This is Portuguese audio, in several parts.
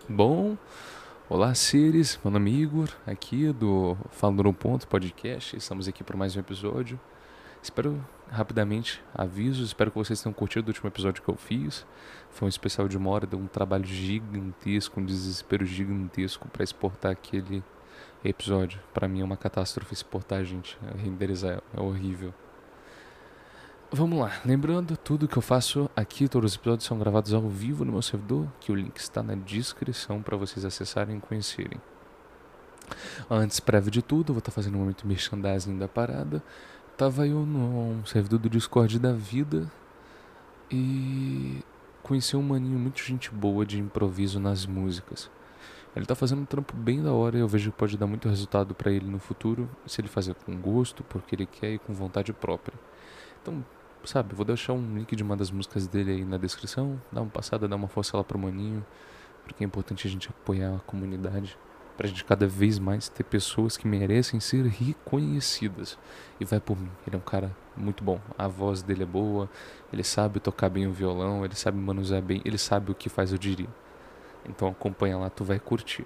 Bom, olá seres, meu nome é Igor, aqui do Falando no Ponto Podcast, estamos aqui para mais um episódio. Espero rapidamente, espero que vocês tenham curtido o último episódio que eu fiz. Foi um especial de 1 hora, deu um trabalho gigantesco, um desespero gigantesco para exportar aquele episódio. Para mim é uma catástrofe exportar, gente, renderizar é horrível. Vamos lá, lembrando, tudo que eu faço aqui, todos os episódios são gravados ao vivo no meu servidor, que o link está na descrição para vocês acessarem e conhecerem. Antes, prévio de tudo, vou estar fazendo um momento merchandising da parada. Tava eu num servidor do Discord da vida e conheci um maninho muito gente boa de improviso nas músicas. Ele tá fazendo um trampo bem da hora e eu vejo que pode dar muito resultado para ele no futuro, se ele fazer com gosto, porque ele quer e com vontade própria. Então, sabe, vou deixar um link de uma das músicas dele aí na descrição. Dá uma passada, dá uma força lá pro maninho, porque é importante a gente apoiar a comunidade, pra gente cada vez mais ter pessoas que merecem ser reconhecidas. E vai por mim, ele é um cara muito bom, a voz dele é boa, ele sabe tocar bem o violão, ele sabe manusear bem, ele sabe o que faz, eu diria. Então acompanha lá, tu vai curtir.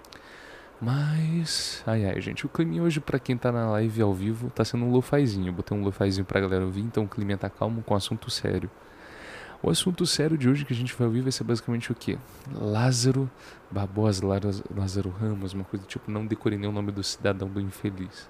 Mas, gente, o clima hoje pra quem tá na live ao vivo tá sendo um lo-fizinho. Botei um lo-fizinho pra galera ouvir, então o clima tá calmo com assunto sério. O assunto sério de hoje que a gente vai ouvir vai ser basicamente o quê? Lázaro Barbosa, Lázaro Ramos, uma coisa do tipo, não decorei nem o nome do cidadão do infeliz.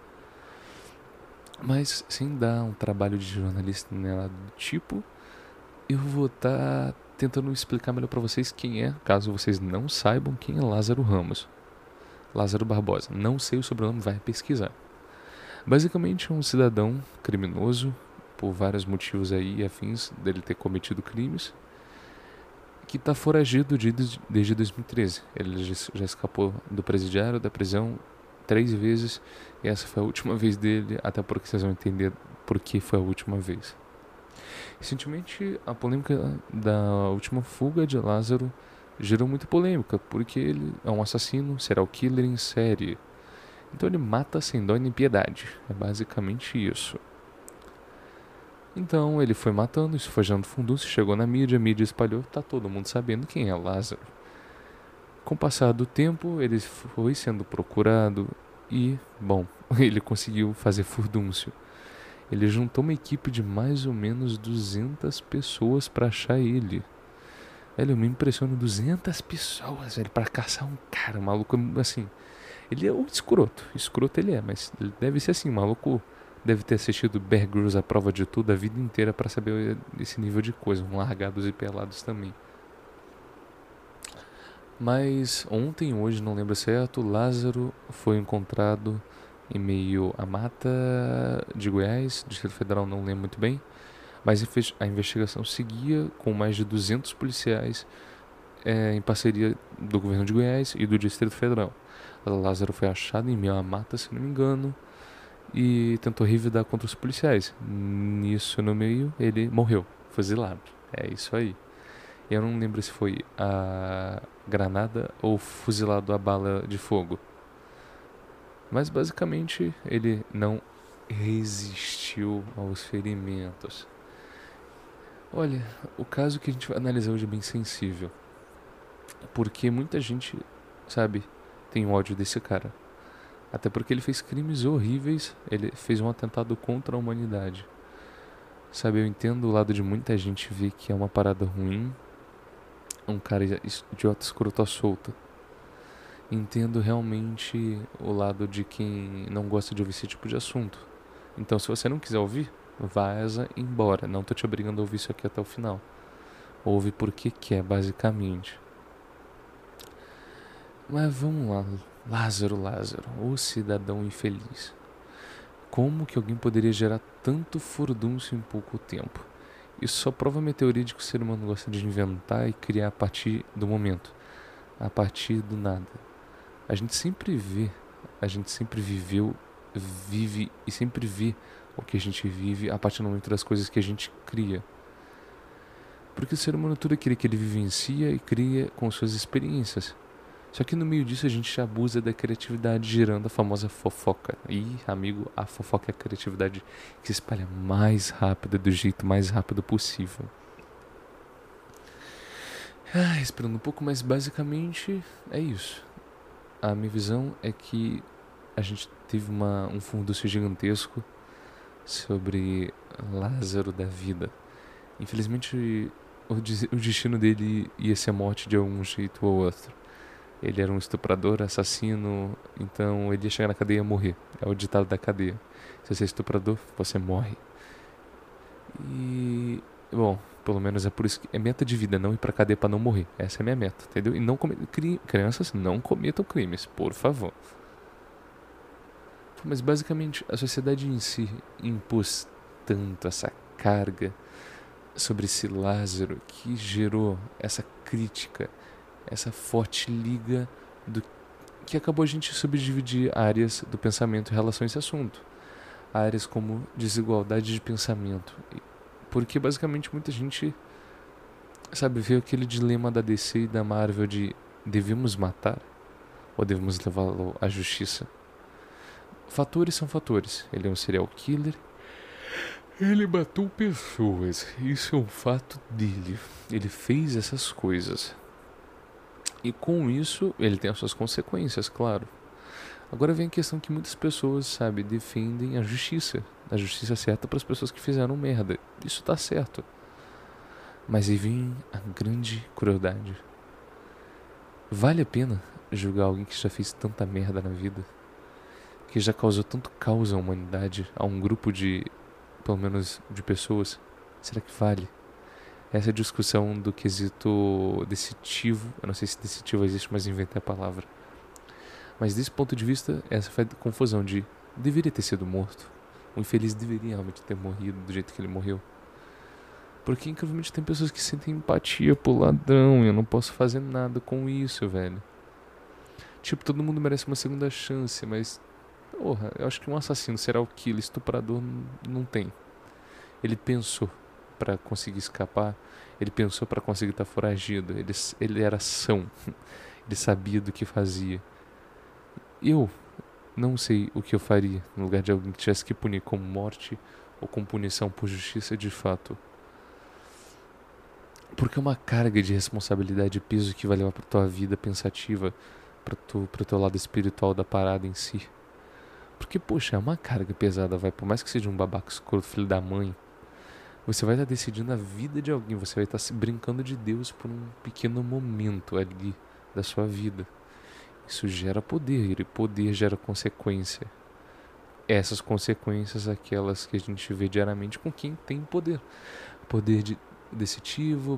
Mas, sem dar um trabalho de jornalista nela do tipo, eu vou estar tentando explicar melhor pra vocês quem é, caso vocês não saibam quem é Lázaro Ramos. Lázaro Barbosa, não sei o sobrenome, vai pesquisar. Basicamente é um cidadão criminoso, por vários motivos aí afins dele ter cometido crimes, que está foragido desde 2013. Ele já escapou do presidiário, da prisão, 3 vezes, e essa foi a última vez dele, até porque vocês vão entender por que foi a última vez. Recentemente, a polêmica da última fuga de Lázaro gerou muita polêmica, porque ele é um assassino, serial killer em série. Então ele mata sem dó nem piedade. É basicamente isso. Então ele foi matando, isso foi gerando fundúcio, chegou na mídia, a mídia espalhou, tá todo mundo sabendo quem é Lázaro. Com o passar do tempo, ele foi sendo procurado e, bom, ele conseguiu fazer furdúncio. Ele juntou uma equipe de mais ou menos 200 pessoas para achar ele. Velho, eu me impressiono 200 pessoas, velho, pra caçar um cara, maluco, assim. Ele é um escroto ele é, mas ele deve ser assim, maluco. Deve ter assistido Bear Grylls A Prova de Tudo a vida inteira pra saber esse nível de coisa, um largados e pelados também. Mas ontem, hoje, não lembro certo, Lázaro foi encontrado em meio à mata de Goiás, Distrito Federal, não lembro muito bem. Mas a investigação seguia com mais de 200 policiais em parceria do governo de Goiás e do Distrito Federal. Lázaro foi achado em meio à mata, se não me engano, e tentou revidar contra os policiais. Nisso, no meio, ele morreu, fuzilado. É isso aí. Eu não lembro se foi a granada ou fuzilado a bala de fogo. Mas basicamente ele não resistiu aos ferimentos. Olha, o caso que a gente vai analisar hoje é bem sensível. Porque muita gente, sabe, tem ódio desse cara. Até porque ele fez crimes horríveis, ele fez um atentado contra a humanidade. Sabe, eu entendo o lado de muita gente ver que é uma parada ruim, um cara idiota escroto à solta. Entendo realmente o lado de quem não gosta de ouvir esse tipo de assunto. Então, se você não quiser ouvir, vaza embora. Não tô te obrigando a ouvir isso aqui até o final. Ouve porque quer, basicamente. Mas vamos lá. Lázaro, o cidadão infeliz. Como que alguém poderia gerar tanto furdúncio em pouco tempo? Isso só prova a minha teoria de que o ser humano gosta de inventar e criar a partir do momento, a partir do nada. A gente sempre viveu, vive e sempre vê o que a gente vive a partir do momento das coisas que a gente cria. Porque o ser humano tudo aquilo que ele vivencia e cria com suas experiências. Só que no meio disso a gente abusa da criatividade, gerando a famosa fofoca. E, amigo, a fofoca é a criatividade que se espalha mais rápido, do jeito mais rápido possível. Respirando um pouco, mas basicamente é isso. A minha visão é que a gente teve um fundúcio gigantesco sobre Lázaro da vida. Infelizmente, o destino dele ia ser a morte de algum jeito ou outro. Ele era um estuprador, assassino, então ele ia chegar na cadeia e morrer. É o ditado da cadeia. Se você é estuprador, você morre. E, bom, pelo menos é por isso que é meta de vida, não ir pra cadeia pra não morrer. Essa é a minha meta, entendeu? E não crianças não cometam crimes, por favor. Mas basicamente a sociedade em si impôs tanto essa carga sobre esse Lázaro que gerou essa crítica, essa forte liga do que acabou a gente subdividir áreas do pensamento em relação a esse assunto. Áreas como desigualdade de pensamento. Porque basicamente muita gente, sabe, vê aquele dilema da DC e da Marvel de devemos matar ou devemos levá-lo à justiça. Fatores são fatores. Ele é um serial killer. Ele matou pessoas. Isso é um fato dele. Ele fez essas coisas. E com isso, ele tem as suas consequências, claro. Agora vem a questão que muitas pessoas, sabe, defendem a justiça. A justiça certa para as pessoas que fizeram merda. Isso tá certo. Mas aí vem a grande crueldade. Vale a pena julgar alguém que já fez tanta merda na vida? Que já causou tanto caos à humanidade, a um grupo de, pelo menos, de pessoas? Será que vale? Essa discussão do quesito decisivo, eu não sei se decisivo existe, mas inventei a palavra. Mas desse ponto de vista, essa foi a confusão de deveria ter sido morto. O infeliz deveria realmente ter morrido do jeito que ele morreu. Porque incrivelmente tem pessoas que sentem empatia por ladrão e eu não posso fazer nada com isso, velho. Tipo, todo mundo merece uma segunda chance, mas porra, eu acho que um assassino, serial killer, estuprador, não tem. Ele pensou pra conseguir escapar, ele pensou pra conseguir estar foragido, ele era são, ele sabia do que fazia. Eu não sei o que eu faria no lugar de alguém que tivesse que punir com morte ou com punição por justiça de fato. Porque é uma carga de responsabilidade e peso que vai levar pra tua vida pensativa, pro teu lado espiritual da parada em si. Porque, poxa, é uma carga pesada, vai. Por mais que seja um babaca escroto, filho da mãe, você vai estar decidindo a vida de alguém. Você vai estar se brincando de Deus por um pequeno momento ali da sua vida. Isso gera poder, e poder gera consequência. Essas consequências, aquelas que a gente vê diariamente com quem tem poder. Poder decisivo,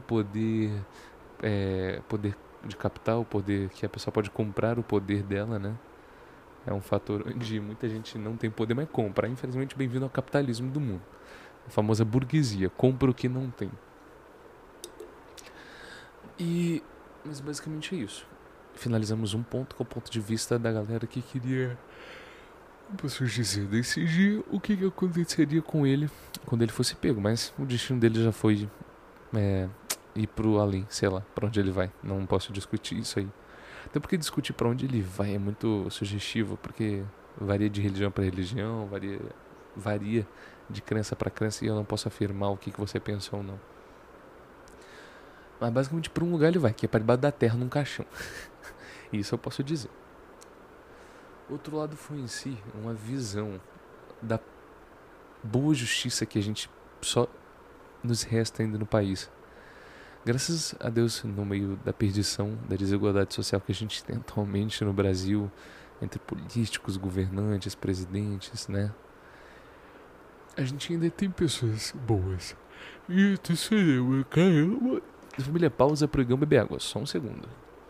poder de capital, poder que a pessoa pode comprar o poder dela, né? É um fator onde muita gente não tem poder, mas compra. Infelizmente, bem-vindo ao capitalismo do mundo. A famosa burguesia. Compra o que não tem. Mas basicamente é isso. Finalizamos um ponto com o ponto de vista da galera que queria, posso dizer, decidir o que aconteceria com ele quando ele fosse pego. Mas o destino dele já foi ir pro além, sei lá, pra onde ele vai. Não posso discutir isso aí. Até porque discutir pra onde ele vai é muito sugestivo, porque varia de religião pra religião, varia de crença pra crença, e eu não posso afirmar o que você pensa ou não. Mas basicamente pra um lugar ele vai, que é pra debaixo da terra num caixão. Isso eu posso dizer. Outro lado foi em si uma visão da boa justiça que a gente só nos resta ainda no país. Graças a Deus, no meio da perdição, da desigualdade social que a gente tem atualmente no Brasil, entre políticos, governantes, presidentes, né? A gente ainda tem pessoas boas. E tu cinema, caramba. Família, pausa pro Igão beber água, só um segundo.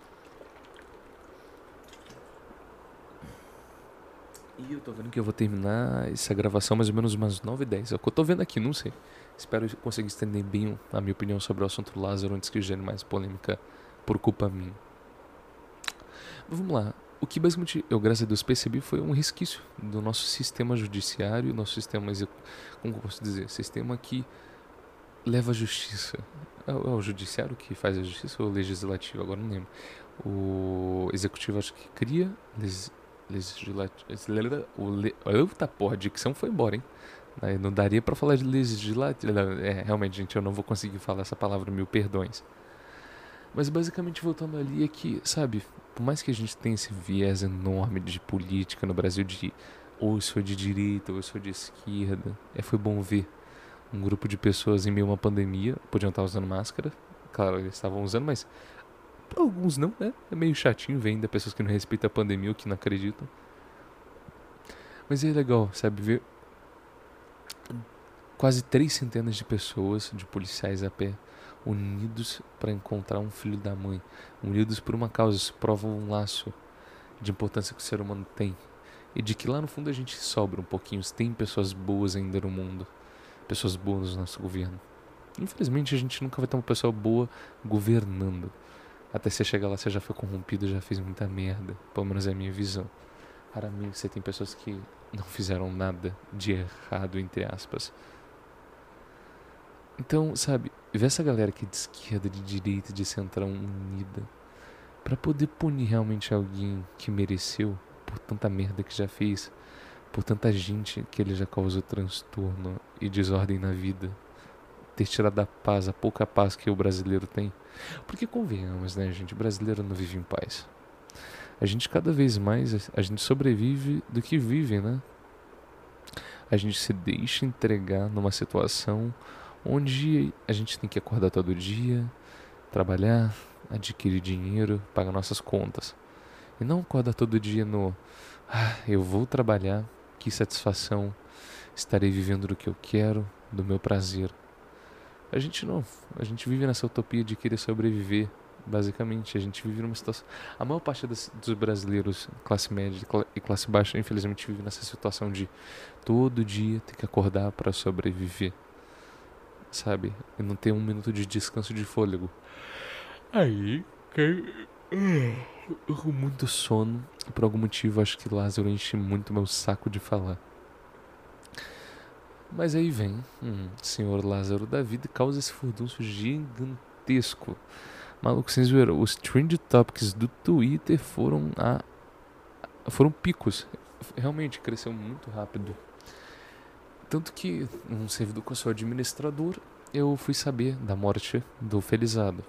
E eu tô vendo que eu vou terminar essa gravação mais ou menos umas 9h10. É o que eu tô vendo aqui, não sei. Espero conseguir estender bem a minha opinião sobre o assunto Lázaro antes que gere mais polêmica por culpa minha. Mas vamos lá. O que basicamente eu, graças a Deus, percebi foi um resquício do nosso sistema judiciário, nosso sistema, como eu posso dizer, sistema que leva a justiça. É o judiciário que faz a justiça ou o legislativo? Agora não lembro. O executivo acho que cria, legislativo. Eita porra, a dicção foi embora, hein? Não daria pra falar de legislativo. Realmente, gente, eu não vou conseguir falar essa palavra, mil perdões. Mas basicamente voltando ali é que, sabe, por mais que a gente tenha esse viés enorme de política no Brasil de ou eu sou de direita ou eu sou de esquerda, foi bom ver um grupo de pessoas em meio a uma pandemia, podiam estar usando máscara, claro, eles estavam usando, mas alguns não, né? É meio chatinho ver ainda pessoas que não respeitam a pandemia ou que não acreditam. Mas é legal, sabe, ver quase 3 centenas de pessoas, de policiais a pé, unidos para encontrar um filho da mãe, unidos por uma causa. Isso prova um laço de importância que o ser humano tem. E de que lá no fundo a gente sobra um pouquinho. Tem pessoas boas ainda no mundo, pessoas boas no nosso governo. Infelizmente a gente nunca vai ter uma pessoa boa governando. Até você chegar lá, você já foi corrompido, já fez muita merda. Pelo menos é a minha visão. Raramente você tem pessoas que não fizeram nada de errado, entre aspas. Então, sabe, ver essa galera aqui de esquerda, de direita, de centrão unida, pra poder punir realmente alguém que mereceu por tanta merda que já fez, por tanta gente que ele já causou transtorno e desordem na vida, ter tirado a paz, a pouca paz que o brasileiro tem. Porque convenhamos, né, gente, o brasileiro não vive em paz. A gente cada vez mais, a gente sobrevive do que vive, né? A gente se deixa entregar numa situação onde a gente tem que acordar todo dia, trabalhar, adquirir dinheiro, pagar nossas contas. E não acordar todo dia no eu vou trabalhar, que satisfação, estarei vivendo do que eu quero, do meu prazer. A gente não, a gente vive nessa utopia de querer sobreviver. Basicamente, a gente vive numa situação. A maior parte dos brasileiros, classe média e classe baixa, infelizmente, vive nessa situação de todo dia ter que acordar para sobreviver, sabe? E não ter um minuto de descanso de fôlego. Aí, eu com muito sono. Por algum motivo, acho que Lázaro enche muito meu saco de falar. Mas aí vem senhor Lázaro da vida e causa esse furdunço gigantesco. Maluco, vocês viram? Os trend topics do Twitter foram picos. Realmente, cresceu muito rápido. Tanto que, um servidor que eu sou administrador, eu fui saber da morte do Felizardo.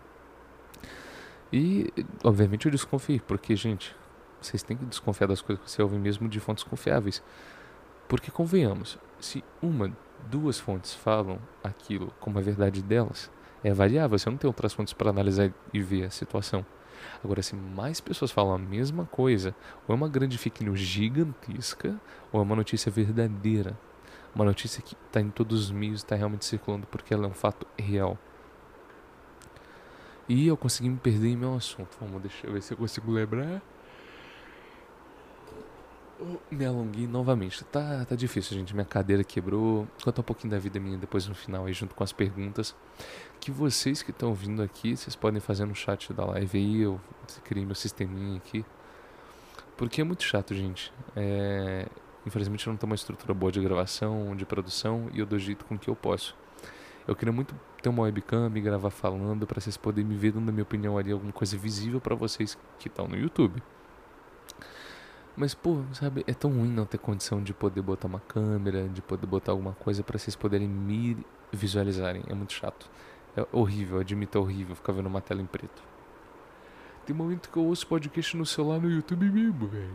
E, obviamente, eu desconfiei, porque, gente, vocês têm que desconfiar das coisas que você ouve mesmo de fontes confiáveis. Porque, convenhamos, se uma, duas fontes falam aquilo como a verdade delas, é variável, você não tem outras fontes para analisar e ver a situação. Agora, se mais pessoas falam a mesma coisa, ou é uma grande fake news gigantesca, ou é uma notícia verdadeira. Uma notícia que está em todos os meios, está realmente circulando porque ela é um fato real. E eu consegui me perder em meu assunto. Deixa eu ver se eu consigo lembrar. Me alonguei novamente. Tá difícil, gente. Minha cadeira quebrou. Conta um pouquinho da vida minha depois no final aí, junto com as perguntas. Que vocês que estão vindo aqui, vocês podem fazer no chat da live aí. Eu criei meu sisteminha aqui. Porque é muito chato, gente. Infelizmente eu não tenho uma estrutura boa de gravação, de produção, e eu dou jeito com o que eu posso. Eu queria muito ter uma webcam e gravar falando pra vocês poderem me ver dando a minha opinião ali, alguma coisa visível pra vocês que estão no YouTube. Mas, pô, sabe, é tão ruim não ter condição de poder botar uma câmera, de poder botar alguma coisa pra vocês poderem me visualizarem. É muito chato. É horrível, admito, é horrível ficar vendo uma tela em preto. Tem momento que eu ouço podcast no celular, no YouTube mesmo, velho.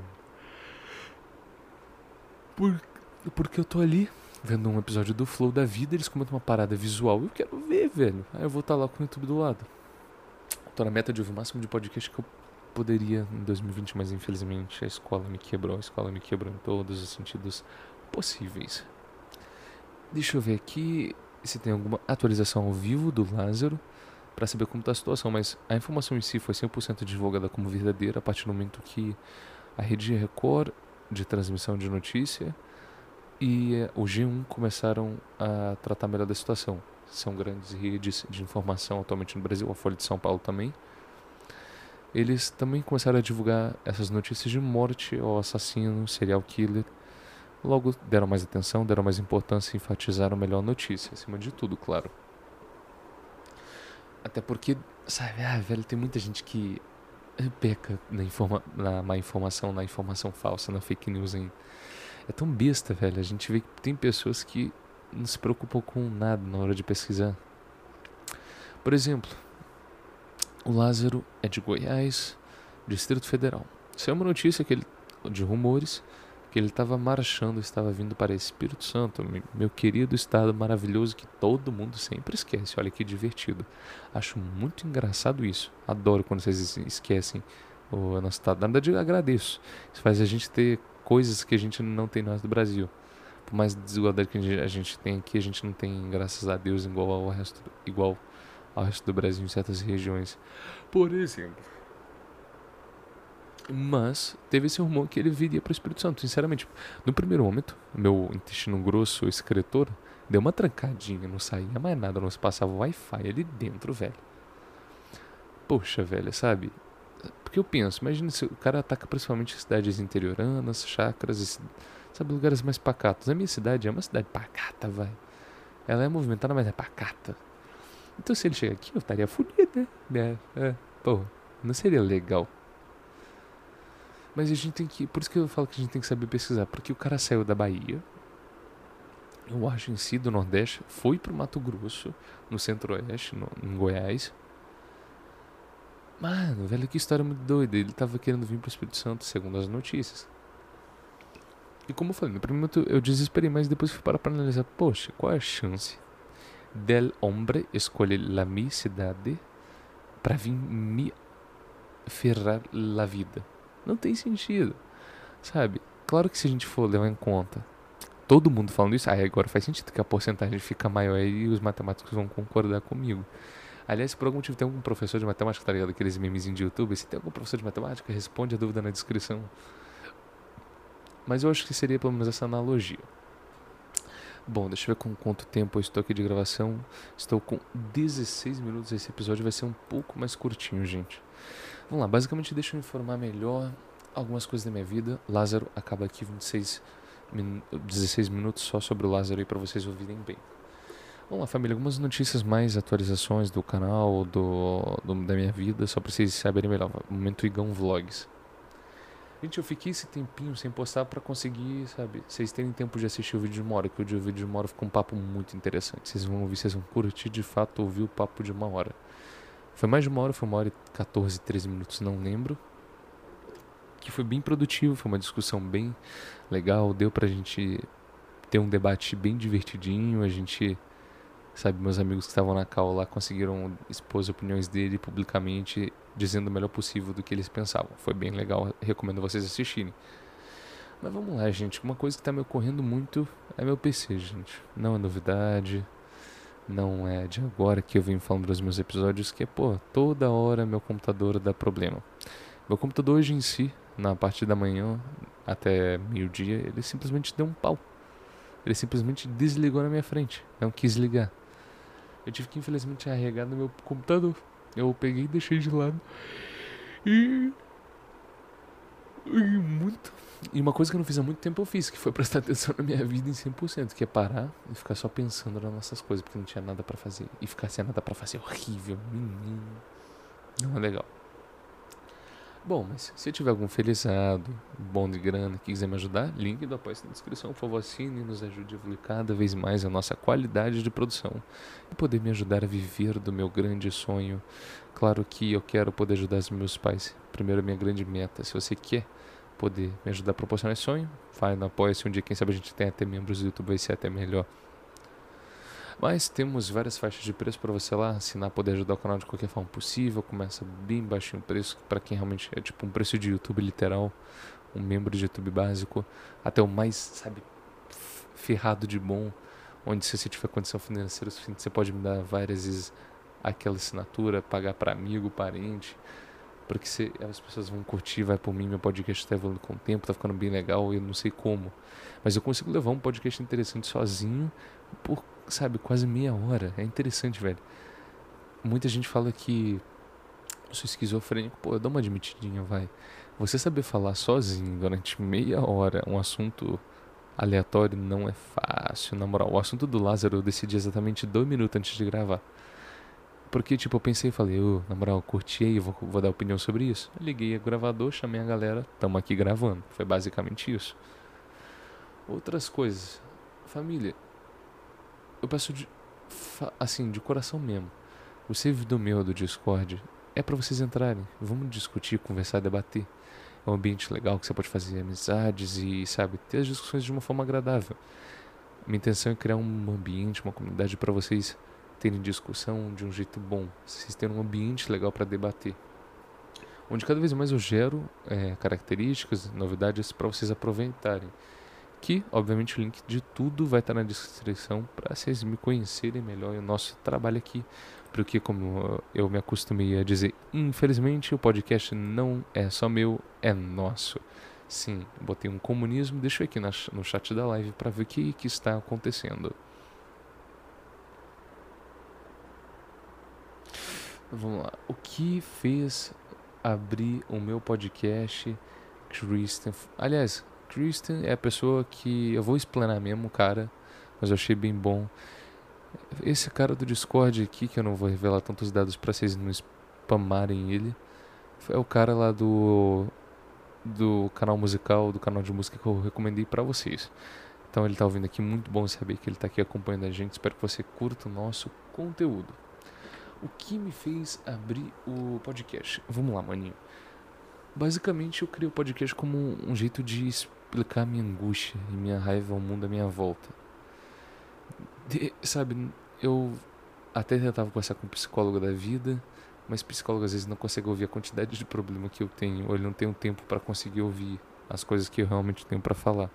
Porque eu tô ali vendo um episódio do Flow da vida, eles comentam uma parada visual. Eu quero ver, velho. Aí eu vou estar lá com o YouTube do lado. Tô na meta de ouvir o máximo de podcast que eu poderia em 2020, mas infelizmente a escola me quebrou. A escola me quebrou em todos os sentidos possíveis. Deixa eu ver aqui se tem alguma atualização ao vivo do Lázaro para saber como tá a situação, mas a informação em si foi 100% divulgada como verdadeira a partir do momento que a Rede Record de transmissão de notícia e o G1 começaram a tratar melhor da situação. São grandes redes de informação atualmente no Brasil, a Folha de São Paulo também. Eles também começaram a divulgar essas notícias de morte ao assassino, serial killer. Logo deram mais atenção, deram mais importância e enfatizaram melhor a notícia, acima de tudo, claro. Até porque, sabe, velho, tem muita gente que peca na má informação, na informação falsa, na fake news ainda. É tão besta, velho. A gente vê que tem pessoas que não se preocupam com nada na hora de pesquisar. Por exemplo, O Lázaro é de Goiás, Distrito Federal. Isso é uma notícia de rumores que ele estava marchando, estava vindo para Espírito Santo, meu querido estado maravilhoso que todo mundo sempre esquece. Olha que divertido. Acho muito engraçado isso. Adoro quando vocês esquecem o nosso estado. Na verdade, eu agradeço. Isso faz a gente ter coisas que a gente não tem nós do Brasil. Por mais desigualdade que a gente tem aqui, a gente não tem, graças a Deus, igual ao resto do Brasil em certas regiões. Por exemplo. Mas teve esse rumor que ele viria para o Espírito Santo. Sinceramente, no primeiro momento, meu intestino grosso excretor deu uma trancadinha, não saía mais nada, não se passava Wi-Fi ali dentro, velho. Poxa, velho, sabe? Porque eu penso, imagina se o cara ataca principalmente cidades interioranas, chácaras, sabe, lugares mais pacatos. A minha cidade é uma cidade pacata, vai. Ela é movimentada, mas é pacata. Então se ele chegar aqui, eu estaria fudido, né? Pô, não seria legal. Mas a gente tem que. Por isso que eu falo que a gente tem que saber pesquisar. Porque o cara saiu da Bahia, eu acho em si, do Nordeste, foi pro Mato Grosso, no Centro-Oeste, em Goiás. Mano, velho, que história muito doida. Ele tava querendo vir pro Espírito Santo, segundo as notícias. E como eu falei, no primeiro momento eu desesperei, mas depois fui parar pra analisar. Poxa, qual é a chance del hombre escolher la minha cidade pra vir me ferrar la vida? Não tem sentido, sabe? Claro que se a gente for levar em conta todo mundo falando isso, aí agora faz sentido que a porcentagem fica maior e os matemáticos vão concordar comigo. Aliás, por algum motivo tem algum professor de matemática, tá ligado? Aqueles memezinhos de YouTube. Se tem algum professor de matemática, responde a dúvida na descrição. Mas eu acho que seria pelo menos essa analogia. Bom, deixa eu ver com quanto tempo eu estou aqui de gravação. Estou com 16 minutos. Esse episódio vai ser um pouco mais curtinho, gente. Vamos lá, basicamente deixa eu informar melhor algumas coisas da minha vida. Lázaro acaba aqui 16 minutos só sobre o Lázaro aí pra vocês ouvirem bem. Vamos lá, família, algumas notícias mais, atualizações do canal, da minha vida, só pra vocês saberem melhor. Momento Igão Vlogs. Gente, eu fiquei esse tempinho sem postar pra conseguir, sabe, vocês terem tempo de assistir o vídeo de uma hora, que o vídeo de uma hora ficou um papo muito interessante. Vocês vão ouvir, vocês vão curtir de fato ouvir o papo de uma hora. Foi mais de uma hora, foi 1 hora e 14, 13 minutos, não lembro. Que foi bem produtivo, foi uma discussão bem legal, deu pra gente ter um debate bem divertidinho, a gente, sabe, meus amigos que estavam na call lá conseguiram expor as opiniões dele publicamente, dizendo o melhor possível do que eles pensavam. Foi bem legal, recomendo vocês assistirem. Mas vamos lá, gente, uma coisa que tá me ocorrendo muito é meu PC, gente. Não é novidade, não é de agora que eu venho falando dos meus episódios, que é, pô, toda hora meu computador dá problema. Meu computador hoje em si, na parte da manhã até meio-dia, ele simplesmente deu um pau. Ele simplesmente desligou na minha frente. Não quis ligar. Eu tive que infelizmente carregar no meu computador. Eu peguei e deixei de lado. E muito. E uma coisa que eu não fiz há muito tempo eu fiz, que foi prestar atenção na minha vida em 100%, que é parar e ficar só pensando nas nossas coisas, porque não tinha nada pra fazer. E ficar sem nada pra fazer é horrível, menino. Não é legal. Bom, mas se tiver algum felizado, bom de grana, que quiser me ajudar, link do apoio na descrição, por favor, assine e nos ajude a evoluir cada vez mais a nossa qualidade de produção e poder me ajudar a viver do meu grande sonho. Claro que eu quero poder ajudar os meus pais. Primeiro, a minha grande meta. Se você quer poder me ajudar a proporcionar esse sonho, vai no apoia-se. Um dia, quem sabe, a gente tem até membros do YouTube, vai ser até melhor. Mas temos várias faixas de preço para você lá assinar, poder ajudar o canal de qualquer forma possível. Começa bem baixinho o preço, para quem realmente é tipo um preço de YouTube literal, um membro de YouTube básico, até o mais, sabe, ferrado de bom, onde se você tiver condição financeira suficiente, você pode me dar várias vezes aquela assinatura, pagar para amigo, parente, porque as pessoas vão curtir, vai por mim, meu podcast está evoluindo com o tempo, tá ficando bem legal, eu não sei como, mas eu consigo levar um podcast interessante sozinho por, sabe, quase meia hora. É interessante, velho. Muita gente fala que eu sou esquizofrênico. Pô, eu dou uma admitidinha, vai. Você saber falar sozinho durante meia hora um assunto aleatório não é fácil, na moral. O assunto do Lázaro eu decidi exatamente 2 minutos antes de gravar. Porque, tipo, eu pensei e falei, na moral, curti aí, vou dar opinião sobre isso. Eu liguei o gravador, chamei a galera, tamo aqui gravando. Foi basicamente isso. Outras coisas. Família, eu peço assim, de coração mesmo. O servidor meu do Discord é para vocês entrarem. Vamos discutir, conversar, debater. É um ambiente legal que você pode fazer amizades e, sabe, ter as discussões de uma forma agradável. Minha intenção é criar um ambiente, uma comunidade para vocês terem discussão de um jeito bom. Vocês terem um ambiente legal para debater. Onde cada vez mais eu gero características, novidades para vocês aproveitarem. Que, obviamente, o link de tudo vai estar na descrição para vocês me conhecerem melhor e o nosso trabalho aqui. Porque, como eu me acostumei a dizer, infelizmente o podcast não é só meu, é nosso. Sim, botei um comunismo, deixa eu aqui no chat da live para ver o que está acontecendo. Vamos lá. O que fez abrir o meu podcast, Christian? Aliás, Christian é a pessoa que eu vou explanar mesmo, cara, mas eu achei bem bom. Esse cara do Discord aqui, que eu não vou revelar tantos dados pra vocês não spamarem ele, é o cara lá do canal musical, do canal de música que eu recomendei pra vocês. Então ele tá ouvindo aqui, muito bom saber que ele tá aqui acompanhando a gente. Espero que você curta o nosso conteúdo. O que me fez abrir o podcast? Vamos lá, maninho. Basicamente eu criei o podcast como um jeito de explicar minha angústia e minha raiva ao mundo à minha volta. Sabe, eu até tentava conversar com um psicólogo da vida, mas psicólogo às vezes não consegue ouvir a quantidade de problema que eu tenho, ou ele não tem um tempo para conseguir ouvir as coisas que eu realmente tenho para falar.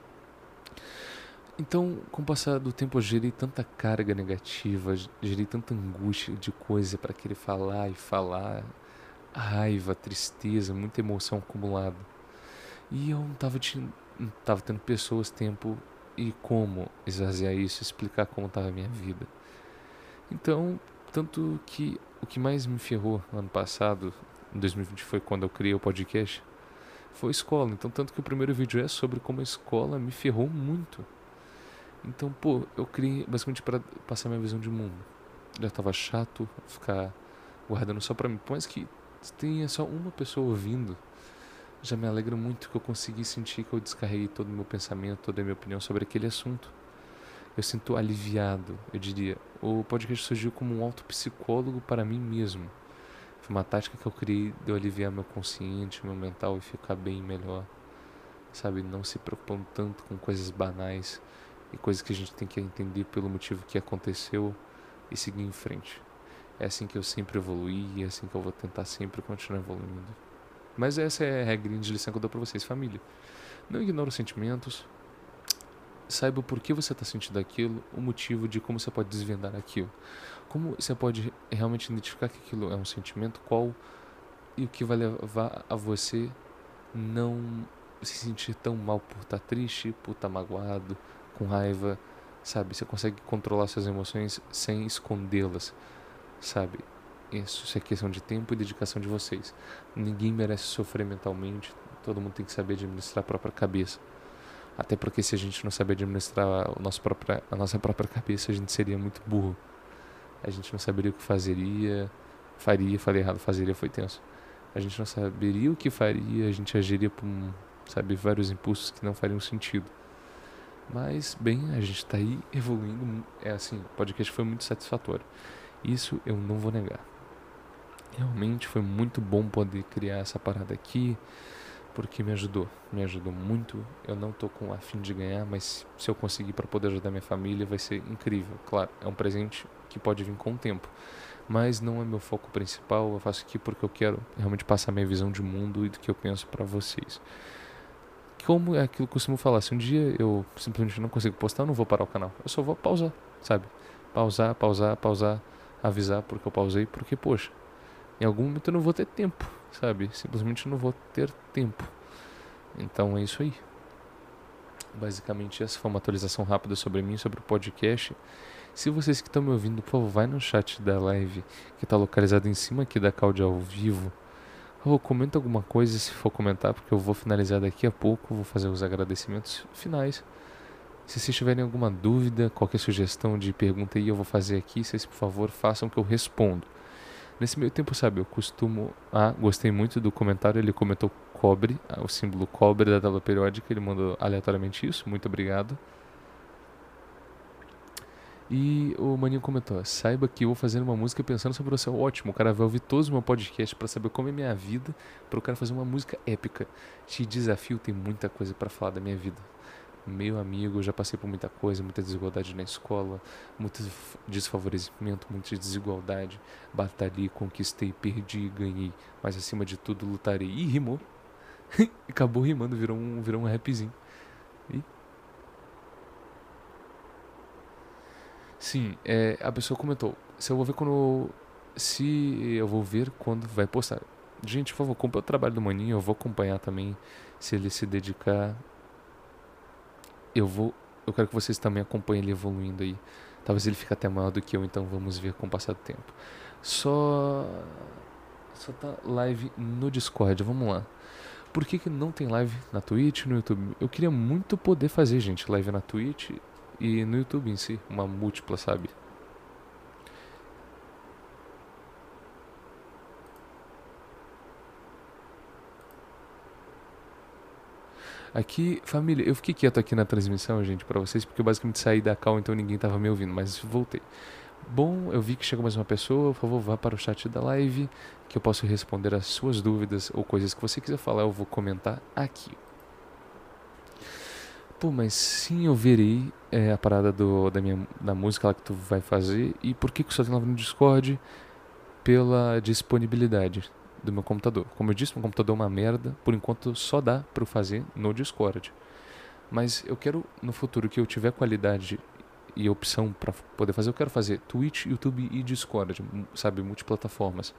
Então, com o passar do tempo, eu gerei tanta carga negativa, gerei tanta angústia de coisa para querer falar e falar, raiva, tristeza, muita emoção acumulada. E eu não tava tendo pessoas, tempo e como esvaziar isso, explicar como estava a minha vida. Então, tanto que o que mais me ferrou no ano passado, em 2020, foi quando eu criei o podcast, foi a escola. Então, tanto que o primeiro vídeo é sobre como a escola me ferrou muito. Então, pô, eu criei basicamente para passar minha visão de mundo. Já tava chato ficar guardando só pra mim. Por mais que tenha só uma pessoa ouvindo, já me alegra muito que eu consegui sentir que eu descarreguei todo o meu pensamento, toda a minha opinião sobre aquele assunto. Eu sinto aliviado, eu diria. O podcast surgiu como um autopsicólogo para mim mesmo. Foi uma tática que eu criei de eu aliviar meu consciente, meu mental e ficar bem melhor. Sabe, não se preocupando tanto com coisas banais e coisas que a gente tem que entender pelo motivo que aconteceu e seguir em frente. É assim que eu sempre evoluí e é assim que eu vou tentar sempre continuar evoluindo. Mas essa é a regrinha de lição que eu dou pra vocês, família. Não ignore os sentimentos. Saiba por que você está sentindo aquilo, o motivo de como você pode desvendar aquilo. Como você pode realmente identificar que aquilo é um sentimento, qual e o que vai levar a você não se sentir tão mal por estar triste, por estar magoado, com raiva, sabe? Você consegue controlar suas emoções sem escondê-las, sabe? Isso é questão de tempo e dedicação de vocês. Ninguém merece sofrer mentalmente, todo mundo tem que saber administrar a própria cabeça. Até porque se a gente não saber administrar a nossa própria cabeça, a gente seria muito burro. A gente não saberia o que falei errado, fazeria foi tenso. A gente não saberia o que faria, a gente agiria por, sabe, vários impulsos que não fariam sentido. Mas, bem, a gente tá aí evoluindo. É assim, o podcast foi muito satisfatório. Isso eu não vou negar. Realmente foi muito bom poder criar essa parada aqui, porque me ajudou muito. Eu não tô com a fim de ganhar, mas se eu conseguir para poder ajudar minha família, vai ser incrível. Claro, é um presente que pode vir com o tempo, mas não é meu foco principal. Eu faço aqui porque eu quero realmente passar minha visão de mundo e do que eu penso para vocês. Como é aquilo que eu costumo falar, se um dia eu simplesmente não consigo postar, eu não vou parar o canal. Eu só vou pausar, sabe? Pausar, avisar porque eu pausei, porque, poxa, em algum momento eu não vou ter tempo, sabe? Simplesmente não vou ter tempo. Então é isso aí. Basicamente essa foi uma atualização rápida sobre mim, sobre o podcast. Se vocês que estão me ouvindo, por favor, vai no chat da live, que está localizado em cima aqui da Caude ao vivo. Por favor, comenta alguma coisa se for comentar, porque eu vou finalizar daqui a pouco, vou fazer os agradecimentos finais. Se vocês tiverem alguma dúvida, qualquer sugestão de pergunta aí, eu vou fazer aqui. Vocês, por favor, façam que eu respondo. Nesse meio tempo, sabe, eu costumo... gostei muito do comentário, ele comentou cobre, o símbolo cobre da tabela periódica, ele mandou aleatoriamente isso, muito obrigado. E o maninho comentou: saiba que eu vou fazer uma música pensando sobre você. Ótimo, o cara vai ouvir todos os meus podcasts pra saber como é minha vida, para o cara fazer uma música épica. Te desafio, tem muita coisa pra falar da minha vida. Meu amigo, eu já passei por muita coisa, muita desigualdade na escola, muito desfavorecimento, muita desigualdade. Batalhei, conquistei, perdi, ganhei, mas acima de tudo lutarei. E rimou. Acabou rimando, virou um rapzinho. E sim, a pessoa comentou: se eu vou ver quando. Se eu vou ver quando vai postar. Gente, por favor, compre o trabalho do maninho, eu vou acompanhar também. Se ele se dedicar, eu vou. Eu quero que vocês também acompanhem ele evoluindo aí. Talvez ele fique até maior do que eu, então vamos ver com o passar do tempo. Só. Só tá live no Discord, vamos lá. Por que não tem live na Twitch e no YouTube? Eu queria muito poder fazer, gente, live na Twitch e no YouTube em si, uma múltipla, sabe? Aqui, família, eu fiquei quieto aqui na transmissão, gente, pra vocês, porque eu basicamente saí da call, então ninguém tava me ouvindo, mas voltei. Bom, eu vi que chegou mais uma pessoa, por favor, vá para o chat da live, que eu posso responder as suas dúvidas ou coisas que você quiser falar, eu vou comentar aqui. Pô, mas sim, eu verei a parada da música lá que tu vai fazer, e por que só tem live no Discord? Pela disponibilidade do meu computador. Como eu disse, meu computador é uma merda, por enquanto só dá pra eu fazer no Discord. Mas eu quero, no futuro, que eu tiver qualidade e opção pra poder fazer, eu quero fazer Twitch, YouTube e Discord, sabe, multiplataformas,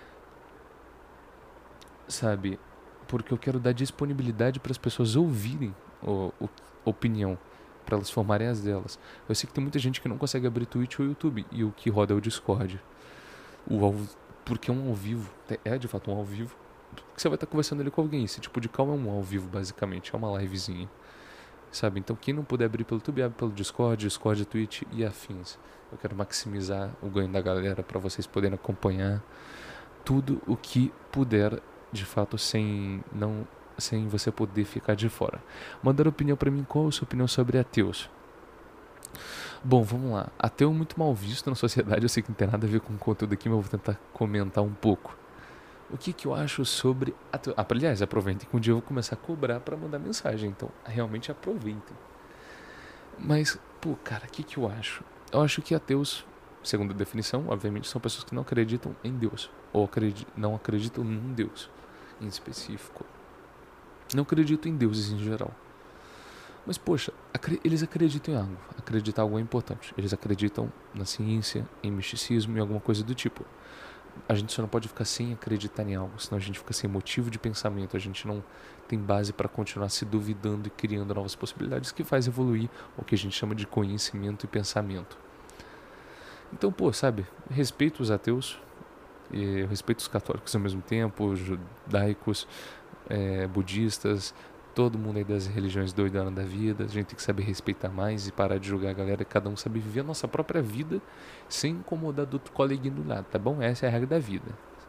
sabe, porque eu quero dar disponibilidade para as pessoas ouvirem o opinião, para elas formarem as delas. Eu sei que tem muita gente que não consegue abrir Twitch ou YouTube e o que roda é o Discord. O ao, porque é um ao vivo, é de fato um ao vivo, que você vai estar conversando ali com alguém. Esse tipo de call é um ao vivo, basicamente, é uma livezinha, sabe? Então, quem não puder abrir pelo YouTube, abre pelo Discord, Twitch e afins. Eu quero maximizar o ganho da galera para vocês poderem acompanhar tudo o que puder, de fato, sem você poder ficar de fora. Mandar opinião para mim, qual a sua opinião sobre ateus? Bom, vamos lá. Ateu é muito mal visto na sociedade, eu sei que não tem nada a ver com o conteúdo aqui, mas eu vou tentar comentar um pouco. O que eu acho sobre ateu? Aliás, aproveitem que um dia eu vou começar a cobrar para mandar mensagem, então realmente aproveitem. Mas, pô, cara, o que eu acho? Eu acho que ateus, segundo a definição, obviamente, são pessoas que não acreditam em Deus, ou não acreditam num Deus em específico. Não acreditam em deuses em geral. Mas, poxa, eles acreditam em algo. Acreditar em algo é importante. Eles acreditam na ciência, em misticismo e alguma coisa do tipo. A gente só não pode ficar sem acreditar em algo, senão a gente fica sem motivo de pensamento. A gente não tem base para continuar se duvidando e criando novas possibilidades que faz evoluir o que a gente chama de conhecimento e pensamento. Então, pô, sabe, respeito os ateus, e eu respeito os católicos ao mesmo tempo, os judaicos, budistas, todo mundo aí das religiões doidanas da vida. A gente tem que saber respeitar mais e parar de julgar a galera. Cada um sabe viver a nossa própria vida sem incomodar do outro coleguinha do lado, tá bom? Essa é a regra da vida.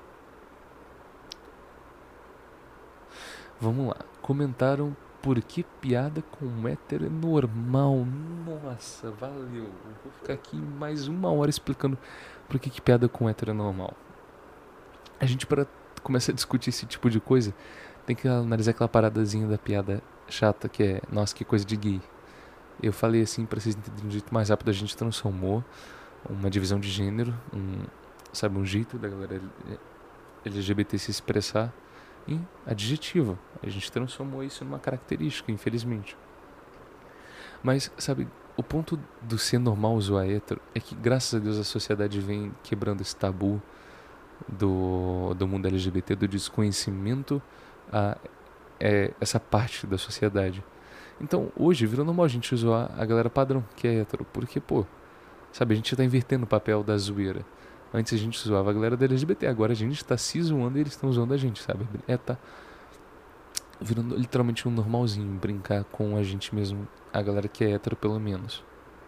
Vamos lá. Comentaram por que piada com hétero é normal. Nossa, valeu. Vou ficar aqui mais uma hora explicando por que piada com hétero é normal. A gente, para começar a discutir esse tipo de coisa, tem que analisar aquela paradazinha da piada chata que é: nossa, que coisa de gay. Eu falei assim pra vocês entenderem de um jeito mais rápido. A gente transformou uma divisão de gênero, sabe, um jeito da galera LGBT se expressar em adjetivo. A gente transformou isso numa característica, infelizmente. Mas, sabe, o ponto do ser normal zoar hétero é que, graças a Deus, a sociedade vem quebrando esse tabu do mundo LGBT, do desconhecimento a essa parte da sociedade. Então, hoje, virou normal a gente zoar a galera padrão, que é hétero, porque, pô, sabe, a gente tá invertendo o papel da zoeira. Antes a gente zoava a galera da LGBT, agora a gente tá se zoando e eles estão zoando a gente, sabe? Tá virando literalmente um normalzinho brincar com a gente mesmo, a galera que é hétero pelo menos.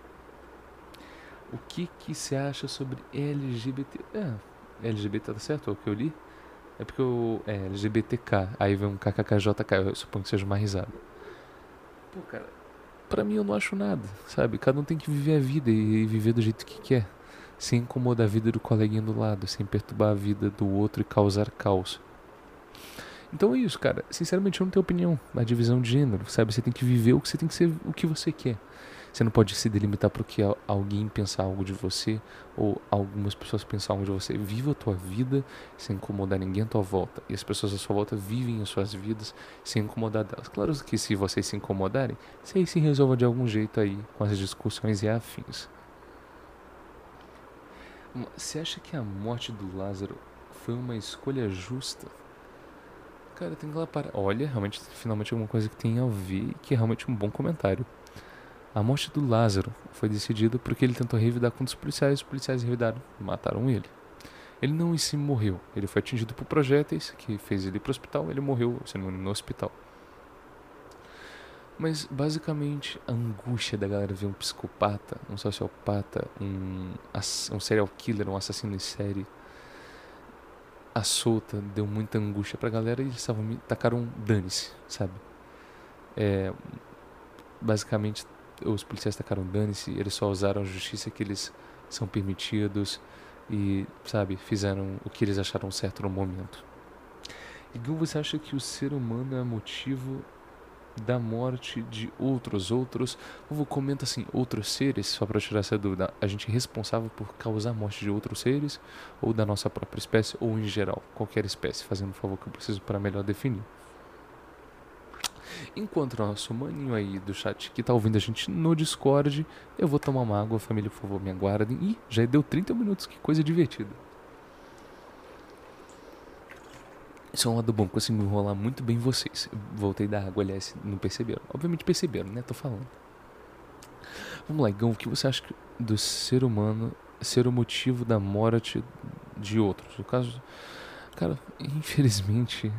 O que você acha sobre LGBT? LGBT tá certo? É o que eu li? É porque LGBTK, aí vem um kkkjk, eu suponho que seja uma risada. Pô, cara, pra mim eu não acho nada, sabe? Cada um tem que viver a vida e viver do jeito que quer, sem incomodar a vida do coleguinha do lado, sem perturbar a vida do outro e causar caos. Então é isso, cara. Sinceramente, eu não tenho opinião na divisão de gênero, sabe? Você tem que viver o que você tem que ser, o que você quer. Você não pode se delimitar porque alguém pensar algo de você ou algumas pessoas pensar algo de você. Viva a tua vida sem incomodar ninguém à tua volta. E as pessoas à sua volta vivem as suas vidas sem incomodar delas. Claro que se vocês se incomodarem, vocês se resolvam de algum jeito aí com as discussões e afins. Você acha que a morte do Lázaro foi uma escolha justa? Cara, tem que lá parar. Olha, realmente, finalmente alguma coisa que tem a ver e que é realmente um bom comentário. A morte do Lázaro foi decidida porque ele tentou revidar contra os policiais revidaram, mataram ele. Ele não em si morreu, ele foi atingido por projéteis que fez ele ir pro hospital, ele morreu, se não me engano, no hospital. Mas basicamente a angústia da galera ver um psicopata, um sociopata, um serial killer, um assassino em série à solta deu muita angústia pra galera e eles tacaram dane-se, sabe? É, basicamente os policiais tacaram dane-se, eles só usaram a justiça que eles são permitidos e, sabe, fizeram o que eles acharam certo no momento. E Gu, você acha que o ser humano é motivo da morte de outros? Ou comenta assim, outros seres, só para tirar essa dúvida, a gente é responsável por causar a morte de outros seres, ou da nossa própria espécie, ou em geral, qualquer espécie, fazendo um favor que eu preciso para melhor definir. Enquanto o nosso maninho aí do chat que tá ouvindo a gente no Discord, eu vou tomar uma água, família, por favor, me aguardem. Ih, já deu 30 minutos, que coisa divertida. Isso é um lado bom, consigo enrolar muito bem vocês. Eu voltei da água, aliás, não perceberam. Obviamente perceberam, né? Tô falando. Vamos lá, Igão, o que você acha do ser humano ser o motivo da morte de outros? No caso, cara, infelizmente,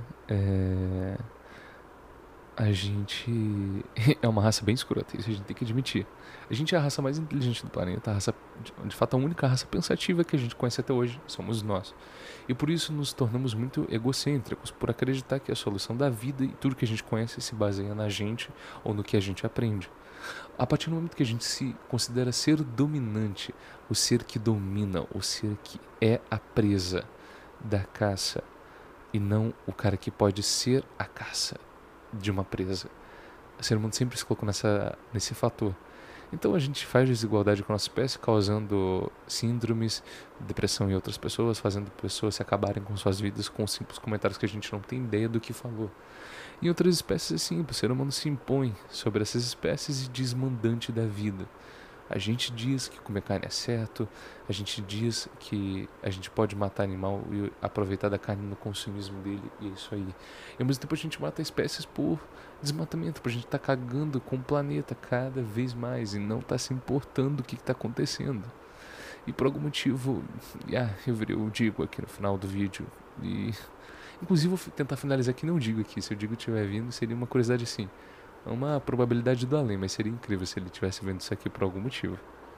a gente é uma raça bem escrota, isso a gente tem que admitir. A gente é a raça mais inteligente do planeta, a raça, de fato a única raça pensativa que a gente conhece até hoje, somos nós. E por isso nos tornamos muito egocêntricos, por acreditar que a solução da vida e tudo que a gente conhece se baseia na gente ou no que a gente aprende. A partir do momento que a gente se considera ser dominante, o ser que domina, o ser que é a presa da caça, e não o cara que pode ser a caça de uma presa. O ser humano sempre se colocou nesse fator. Então a gente faz desigualdade com a nossa espécie, causando síndromes, depressão em outras pessoas, fazendo pessoas se acabarem com suas vidas com simples comentários que a gente não tem ideia do que falou. Em outras espécies, assim, o ser humano se impõe sobre essas espécies e diz mandante da vida. A gente diz que comer carne é certo, a gente diz que a gente pode matar animal e aproveitar da carne no consumismo dele, e é isso aí. E ao mesmo tempo a gente mata espécies por desmatamento, porque a gente tá cagando com o planeta cada vez mais e não tá se importando o que tá acontecendo. E por algum motivo, eu digo aqui no final do vídeo, e inclusive vou tentar finalizar aqui, não digo aqui, se o Digo estiver vindo, seria uma curiosidade assim. É uma probabilidade do além, mas seria incrível se ele estivesse vendo isso aqui por algum motivo.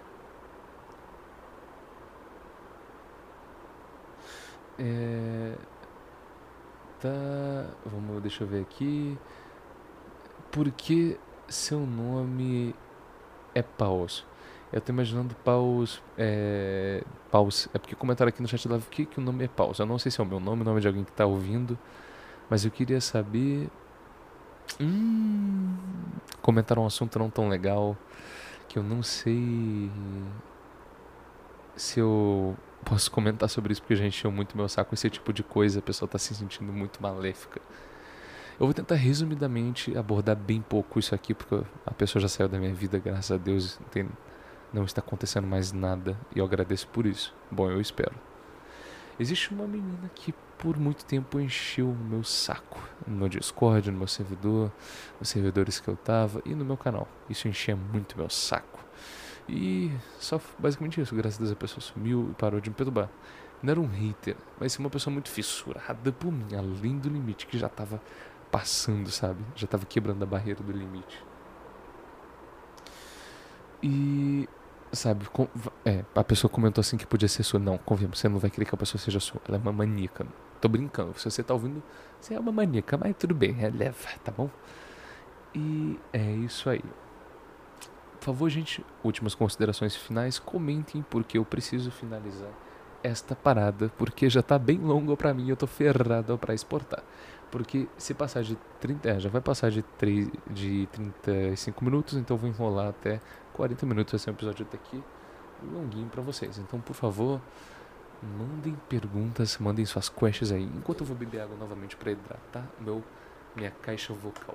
Deixa eu ver aqui. Por que seu nome é Paus? Eu tô imaginando Paus. Paus. É porque comentaram aqui no chat lá que o nome é Paus. Eu não sei se é o meu nome, o nome de alguém que tá ouvindo. Mas eu queria saber. Comentaram um assunto não tão legal que eu não sei se eu posso comentar sobre isso porque já encheu muito meu saco esse tipo de coisa, a pessoa tá se sentindo muito maléfica. Eu vou tentar resumidamente abordar bem pouco isso aqui porque a pessoa já saiu da minha vida, graças a Deus, não está acontecendo mais nada e eu agradeço por isso. Bom, eu espero. Existe uma menina que por muito tempo encheu o meu saco no meu Discord, no meu servidor, nos servidores que eu tava e no meu canal. Isso enchia muito meu saco. E só basicamente isso, graças a Deus a pessoa sumiu e parou de me perturbar. Não era um hater, mas uma pessoa muito fissurada por mim, além do limite, que já tava passando, sabe? Já tava quebrando a barreira do limite. E sabe, a pessoa comentou assim que podia ser sua. Não, convenhamos, você não vai querer que a pessoa seja sua. Ela é uma maníaca. Tô brincando, se você tá ouvindo, você é uma maníaca, mas tudo bem, leva, tá bom? E é isso aí. Por favor, gente, últimas considerações finais, comentem porque eu preciso finalizar esta parada, porque já tá bem longo pra mim, eu tô ferrado pra exportar. Porque se passar de 30, já vai passar de 35 minutos, então eu vou enrolar até 40 minutos esse episódio até aqui, longuinho pra vocês. Então, por favor, mandem perguntas, mandem suas questions aí, enquanto eu vou beber água novamente pra hidratar minha caixa vocal.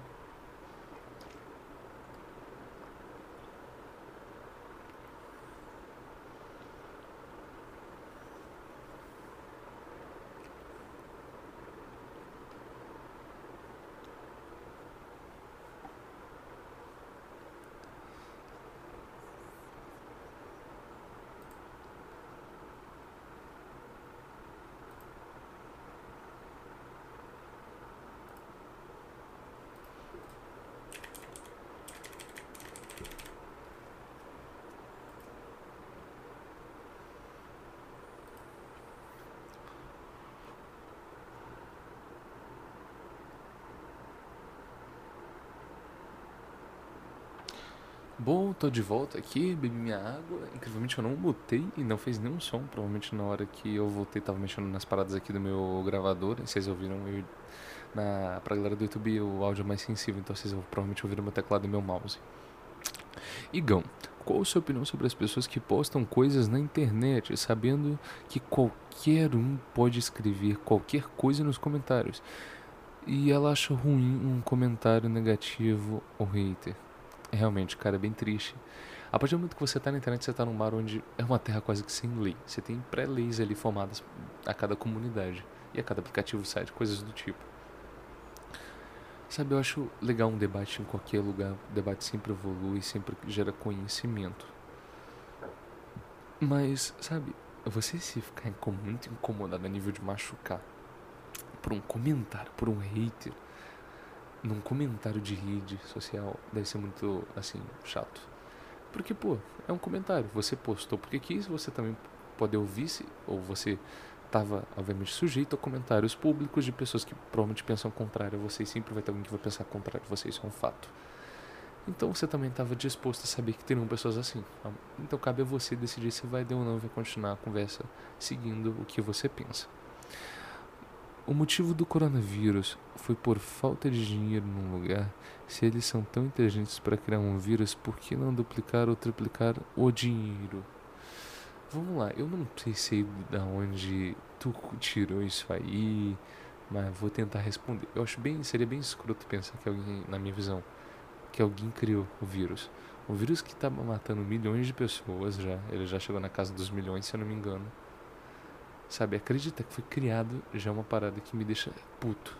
Bom, tô de volta aqui, bebi minha água. Incrivelmente eu não mutei e não fez nenhum som. Provavelmente na hora que eu voltei tava mexendo nas paradas aqui do meu gravador. E vocês ouviram pra galera do YouTube o áudio é mais sensível, então vocês provavelmente ouviram meu teclado e meu mouse. Igão, qual a sua opinião sobre as pessoas que postam coisas na internet, sabendo que qualquer um pode escrever qualquer coisa nos comentários? E ela acha ruim um comentário negativo ou hater. Realmente, cara, é bem triste. A partir do momento que você tá na internet, você tá num bar onde é uma terra quase que sem lei. Você tem pré-leis ali formadas a cada comunidade e a cada aplicativo, site, coisas do tipo. Sabe, eu acho legal um debate em qualquer lugar. O debate sempre evolui, sempre gera conhecimento. Mas, sabe, você se ficar muito incomodado a nível de machucar por um comentário, por um hater, num comentário de rede social, deve ser muito, assim, chato. Porque, pô, é um comentário, você postou porque quis, você também pode ouvir se, ou você estava, obviamente, sujeito a comentários públicos de pessoas que provavelmente pensam o contrário a você, e sempre vai ter alguém que vai pensar o contrário a você, isso é um fato. Então você também estava disposto a saber que teriam pessoas assim. Então cabe a você decidir se vai ou não vai continuar a conversa seguindo o que você pensa. O motivo do coronavírus foi por falta de dinheiro num lugar. Se eles são tão inteligentes para criar um vírus, por que não duplicar ou triplicar o dinheiro? Vamos lá, eu não sei da onde tu tirou isso aí, mas vou tentar responder. Eu acho seria bem escroto pensar que alguém, na minha visão, que alguém criou o vírus. O vírus que tá matando milhões de pessoas já, ele já chegou na casa dos milhões, se eu não me engano. Sabe, acreditar que foi criado já é uma parada que me deixa puto.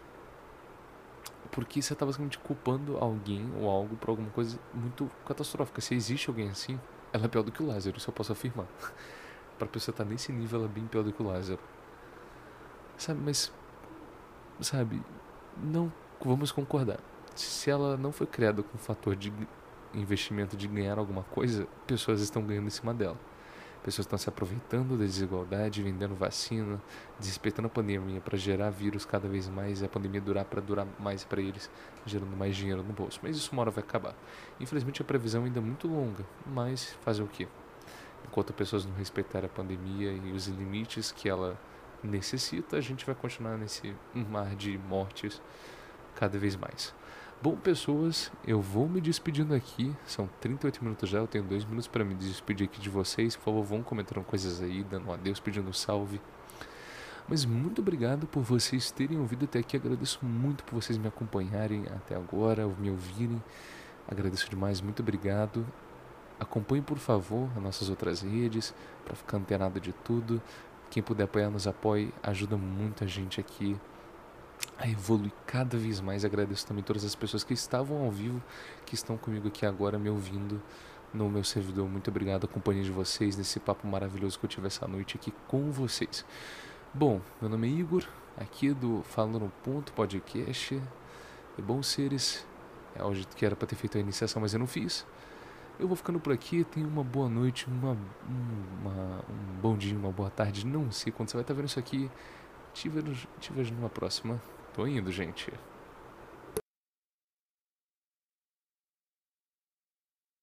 Porque você tá basicamente culpando alguém ou algo por alguma coisa muito catastrófica. Se existe alguém assim, ela é pior do que o Lázaro, isso eu posso afirmar. Pra pessoa estar nesse nível, ela é bem pior do que o Lázaro. Sabe, mas, sabe, não vamos concordar. Se ela não foi criada com o fator de investimento de ganhar alguma coisa, pessoas estão ganhando em cima dela. Pessoas estão se aproveitando da desigualdade, vendendo vacina, desrespeitando a pandemia para gerar vírus cada vez mais e a pandemia durar para durar mais para eles, gerando mais dinheiro no bolso. Mas isso uma hora vai acabar. Infelizmente a previsão ainda é muito longa, mas fazer o quê? Enquanto pessoas não respeitarem a pandemia e os limites que ela necessita, a gente vai continuar nesse mar de mortes cada vez mais. Bom, pessoas, eu vou me despedindo aqui. São 38 minutos já, eu tenho 2 minutos para me despedir aqui de vocês. Por favor, vão comentando coisas aí, dando um adeus, pedindo um salve. Mas muito obrigado por vocês terem ouvido até aqui. Agradeço muito por vocês me acompanharem até agora, me ouvirem. Agradeço demais, muito obrigado. Acompanhe, por favor, as nossas outras redes para ficar antenado de tudo. Quem puder apoiar, nos apoie. Ajuda muito a gente aqui a evoluir cada vez mais. Agradeço também todas as pessoas que estavam ao vivo, que estão comigo aqui agora me ouvindo no meu servidor. Muito obrigado a companhia de vocês nesse papo maravilhoso que eu tive essa noite aqui com vocês. Bom, meu nome é Igor, aqui do Falando no Ponto Podcast. É bom, seres. Hoje que era para ter feito a iniciação, mas eu não fiz. Eu vou ficando por aqui. Tenha uma boa noite, um bom dia, uma boa tarde. Não sei quando você vai estar vendo isso aqui. Te vejo numa próxima. Tô indo, gente.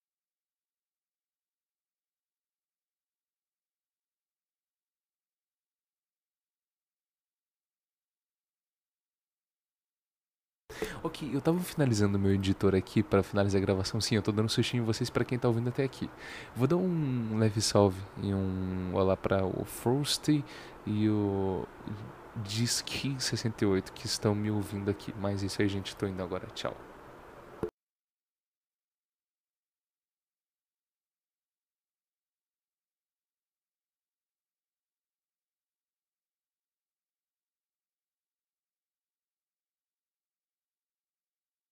Ok, eu tava finalizando meu editor aqui para finalizar a gravação. Sim, eu tô dando um sustinho em vocês para quem tá ouvindo até aqui. Vou dar um leve salve e um olá para o Frosty e o Disque 68 que estão me ouvindo aqui. Mas isso aí, gente, tô indo agora. Tchau.